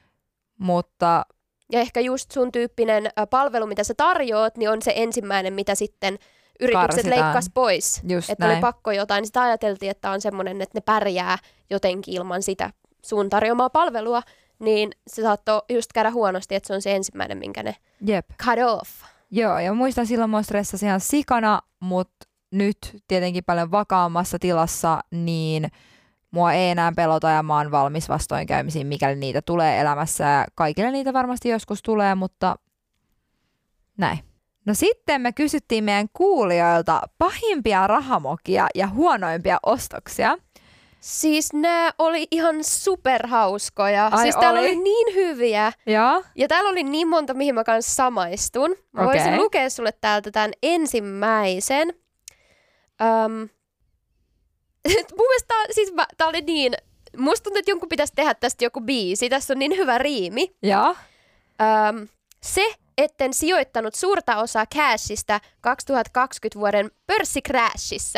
mutta ja ehkä just sun tyyppinen palvelu, mitä sä tarjoat, niin on se ensimmäinen, mitä sitten yritykset leikkas pois. Että oli pakko jotain. Niin sitä ajateltiin, että on semmoinen, että ne pärjää jotenkin ilman sitä sun tarjoamaa palvelua. Niin se saattoi just käydä huonosti, että se on se ensimmäinen, minkä ne cut off. Joo, ja muistan silloin mua stressasi ihan sikana, mutta nyt tietenkin paljon vakaammassa tilassa, niin mua ei enää pelota ja mä oon valmis vastoinkäymisiin, mikäli niitä tulee elämässä. Ja kaikille niitä varmasti joskus tulee, mutta näin. No sitten me kysyttiin meidän kuulijoilta pahimpia rahamokia ja huonoimpia ostoksia. Siis nämä oli ihan superhauskoja. Siis täällä oli niin hyviä. Ja täällä oli niin monta, mihin mä kanssa samaistun. Mä voisin lukea sulle täältä tämän ensimmäisen. Mun mielestä siis tää oli niin Musta tuntuu, että jonkun pitäisi tehdä tästä joku biisi. Tässä on niin hyvä riimi. Ja? Se, etten sijoittanut suurta osaa cashista 2020 vuoden pörssikrashissa.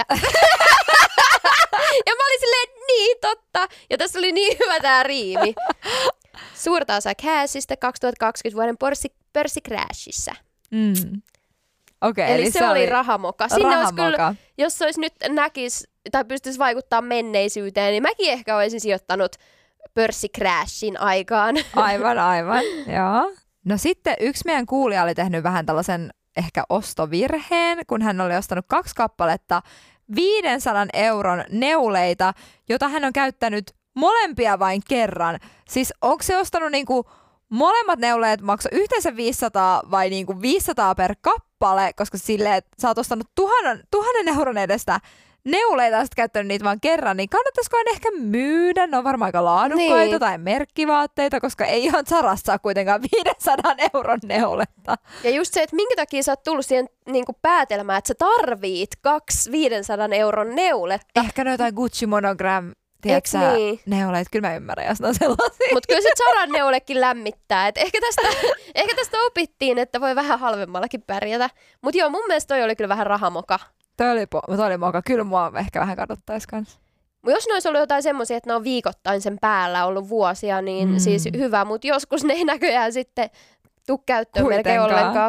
Ja mä olin silleen, niin totta. Ja tässä oli niin hyvä tää riimi. Suurta osaa cashista 2020 vuoden pörssikrashissa. Okay, eli se oli rahamoka. Sinne olisi kyllä, jos olisi nyt tai pystyisi vaikuttaa menneisyyteen, niin mäkin ehkä olisin sijoittanut pörssikrashin aikaan. Aivan, joo. No sitten yksi meidän kuulija oli tehnyt vähän tällaisen ehkä ostovirheen, kun hän oli ostanut 2 kappaletta 500 euron neuleita, jota hän on käyttänyt molempia vain kerran. Siis onko se ostanut niinku molemmat neuleet maksoi yhteensä 500 vai niinku 500 per kappale, koska silleen, että sä oot ostanut 1000 euron edestä neuleita ja sitten käyttänyt niitä vaan kerran, niin kannattaisiko ne ehkä myydä? Ne on varmaan aika laadukkaita tai merkkivaatteita, koska ei ihan Zarasta saa kuitenkaan 500 euron neuletta. Ja just se, että minkä takia sä oot tullut siihen niin kuin päätelmään, että sä tarvit 2 500 euron neuletta. Ehkä ne jotain Gucci Monogram, tiedätkö niin? Neuleet, kyllä mä ymmärrän, jos ne on sellaisia. Mutta kyllä se Zaran neulekin lämmittää. Et ehkä tästä opittiin, että voi vähän halvemmallakin pärjätä. Mutta joo, mun mielestä toi oli kyllä vähän rahamoka. Toi oli moka. Kyllä mua ehkä vähän kadottaisi kanssa. Jos ne olisi ollut jotain semmoisia, että ne on viikoittain sen päällä ollut vuosia, niin siis hyvä. Mutta joskus ne ei näköjään sitten tuu käyttöön melkein ollenkaan.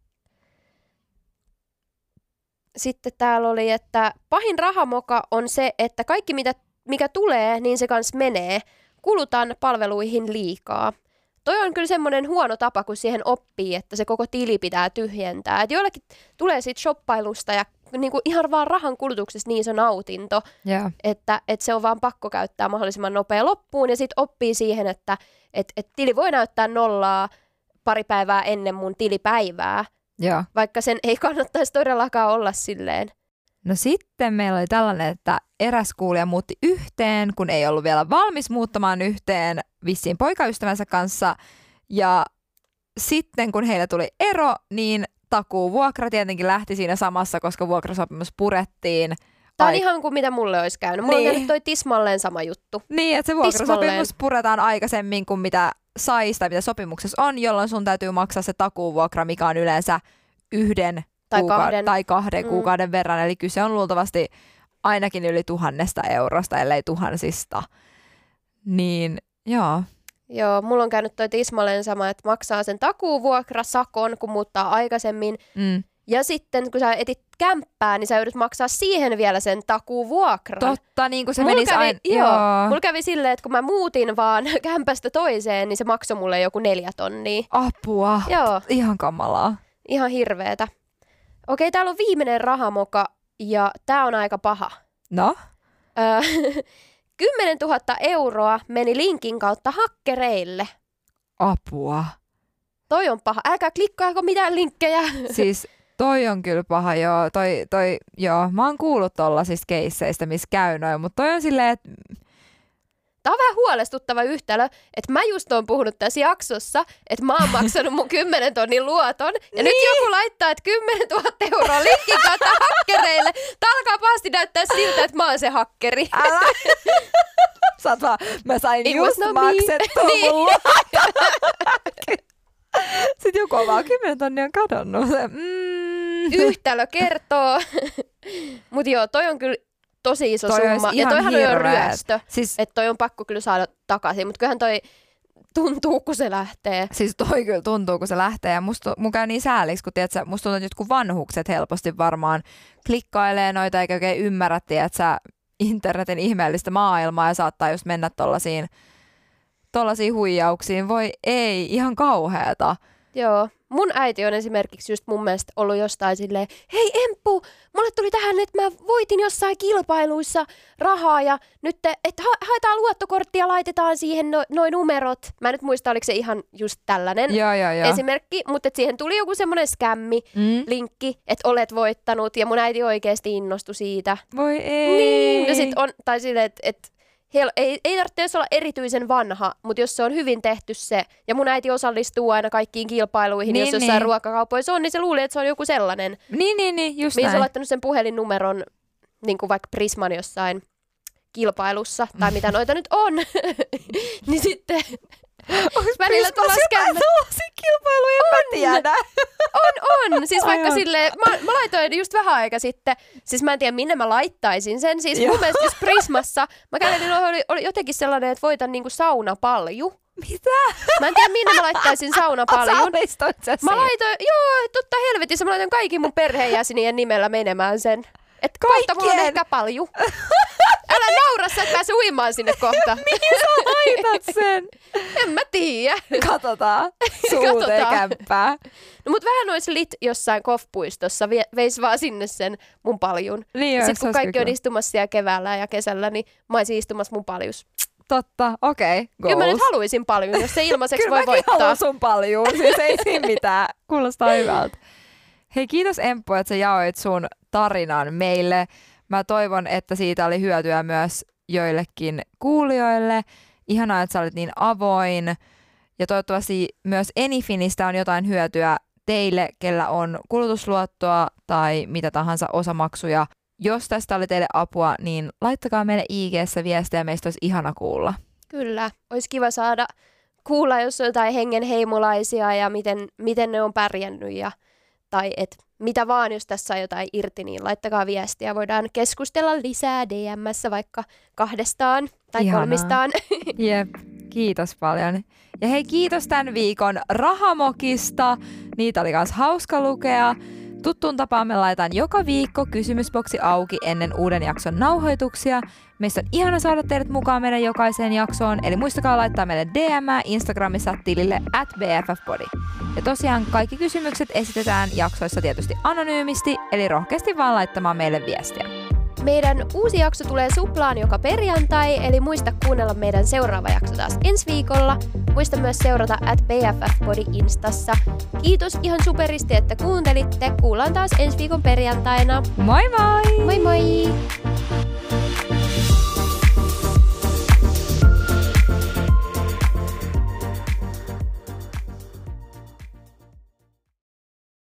Sitten täällä oli, että pahin rahamoka on se, että kaikki mikä tulee, niin se kans menee. Kulutan palveluihin liikaa. Toi on kyllä semmoinen huono tapa, kun siihen oppii, että se koko tili pitää tyhjentää. Et joillekin tulee siitä shoppailusta ja niinku ihan vaan rahan kulutuksesta niin se nautinto, että se on vaan pakko käyttää mahdollisimman nopea loppuun. Ja sitten oppii siihen, että tili voi näyttää nollaa pari päivää ennen mun tilipäivää, vaikka sen ei kannattaisi todellakaan olla silleen. No sitten meillä oli tällainen, että eräs kuulija muutti yhteen, kun ei ollut vielä valmis muuttamaan yhteen vissiin poikaystävänsä kanssa. Ja sitten kun heillä tuli ero, niin takuuvuokra tietenkin lähti siinä samassa, koska vuokrasopimus purettiin. Tämä on ihan kuin mitä mulle olisi käynyt. Mulla on käynyt toi tismalleen sama juttu. Niin, että se vuokrasopimus puretaan aikaisemmin kuin mitä sais tai mitä sopimuksessa on, jolloin sun täytyy maksaa se takuuvuokra, mikä on yleensä 1 tai 2 kuukauden verran. Eli kyse on luultavasti ainakin yli 1000 eurosta, ellei tuhansista. Niin, joo. Joo, mulla on käynyt toi tismalleen sama, että maksaa sen takuuvuokrasakon, kun muuttaa aikaisemmin. Ja sitten kun sä etit kämppää, niin sä joudut maksaa siihen vielä sen takuuvuokran. Totta, niin kuin se menisi aina. Joo. Mulla kävi silleen, että kun mä muutin vaan kämpästä toiseen, niin se maksoi mulle joku 4 tonnia. Apua. Joo. Ihan kamalaa. Ihan hirveetä. Okei, täällä on viimeinen rahamoka ja tää on aika paha. No? 10 000 euroa meni linkin kautta hakkereille. Apua. Toi on paha. Älkää klikkaako mitään linkkejä. Siis toi on kyllä paha, joo. Joo. Mä oon kuullut tollasista keisseistä, missä käy noin, mutta toi on silleen, että Tämä on vähän huolestuttava yhtälö, että mä just oon puhunut tässä jaksossa, että mä oon maksanut mun 10 tonnin luoton, ja nyt joku laittaa, että 10 000 euroa linkin kautta hakkereille. Tää alkaa pahasti näyttää siltä, että mä oon se hakkeri. Älä! Sä oot vaan, mä sain just maksettua mun luoton. Sitten joku on vaan 10 tonnia on kadonnut. Yhtälö kertoo. Mut joo, toi on kyllä tosi iso summa. Ja toihan on jo ryöstö, siis että toi on pakko kyllä saada takaisin, mutta kyllähän toi tuntuu, kun se lähtee. Siis toi kyllä tuntuu, kun se lähtee. Ja mun käy niin sääliksi, kun tiedät, musta tuntuu, että jotkut vanhukset helposti varmaan klikkailee noita eikä oikein ymmärrä, tiedätkö, internetin ihmeellistä maailmaa ja saattaa just mennä tollasiin huijauksiin. Voi ei, ihan kauheata. Joo. Mun äiti on esimerkiksi just mun mielestä ollut jostain silleen, hei Emppu, mulle tuli tähän, että mä voitin jossain kilpailuissa rahaa ja nyt että haetaan luottokortti ja laitetaan siihen noi numerot. Mä en nyt muista, oliko se ihan just tällainen esimerkki, mutta siihen tuli joku semmoinen skämmi-linkki, että olet voittanut ja mun äiti oikeasti innostui siitä. Voi ei. Niin, ja sit on, tai silleen, että ei tarvitse olla erityisen vanha, mutta jos se on hyvin tehty se, ja mun äiti osallistuu aina kaikkiin kilpailuihin, jos jossain ruokakaupoissa on, niin se luuli, että se on joku sellainen. Niin, just näin. Mihin se on laittanut sen puhelinnumeron, niin kuin vaikka Prisman jossain kilpailussa, tai mitä noita nyt on, niin sitten välillä tullaan skämmät. Kilpailuja, mä tiedän. On. Siis vaikka silleen, mä laitoin just vähän aika sitten, siis mä en tiedä minne mä laittaisin sen. Siis mun mielestä just Prismassa, mä kävelin, oli jotenkin sellainen, että voitan niinku saunapalju. Mitä? Mä en tiedä minne mä laittaisin saunapaljun. Mä laitoin, totta helvetissä, mä laitoin kaikki mun perheenjäsenien nimellä menemään sen. Että kohta mulla on ehkä palju. Älä naura, sä et pääse uimaan sinne kohta. Mihin sä laitat sen? En mä tiedä. Katsotaan. Suuteen kämppää. No mut vähän ois lit jossain Kofpuistossa, veis vaan sinne sen mun paljun. Niin, sitten kun kaikki on istumassa siellä keväällä ja kesällä, niin mä oisin istumassa mun paljus. Totta, okei. Kyllä mä nyt haluaisin paljun, jos se ilmaiseksi voi voittaa. Kyllä mäkin haluan sun paljuun, siis ei siinä mitään. Kuulostaa hyvältä. Hei, kiitos Emppu, että sä jaoit sun tarinan meille. Mä toivon, että siitä oli hyötyä myös joillekin kuulijoille. Ihanaa, että sä olit niin avoin. Ja toivottavasti myös Anyfinistä on jotain hyötyä teille, kellä on kulutusluottoa tai mitä tahansa osamaksuja. Jos tästä oli teille apua, niin laittakaa meille IG:ssä viestiä, meistä olisi ihana kuulla. Kyllä, olisi kiva saada kuulla, jos on jotain hengenheimolaisia ja miten ne on pärjännyt tai mitä vaan, jos tässä on jotain irti, niin laittakaa viestiä. Voidaan keskustella lisää DM:ssä vaikka 2 tai 3. Jep, kiitos paljon. Ja hei, kiitos tämän viikon rahamokista. Niitä oli myös hauska lukea. Tuttuun tapaan me laitan joka viikko kysymysboksi auki ennen uuden jakson nauhoituksia. Meistä on ihana saada teidät mukaan meidän jokaiseen jaksoon, eli muistakaa laittaa meille DM Instagramissa tilille @bffpodi. Ja tosiaan kaikki kysymykset esitetään jaksoissa tietysti anonyymisti, eli rohkeasti vaan laittamaan meille viestiä. Meidän uusi jakso tulee suplaan joka perjantai, eli muista kuunnella meidän seuraava jakso taas ensi viikolla. Muista myös seurata @bffpodi Instassa. Kiitos ihan superisti, että kuuntelitte. Kuullaan taas ensi viikon perjantaina. Moi moi! Moi moi!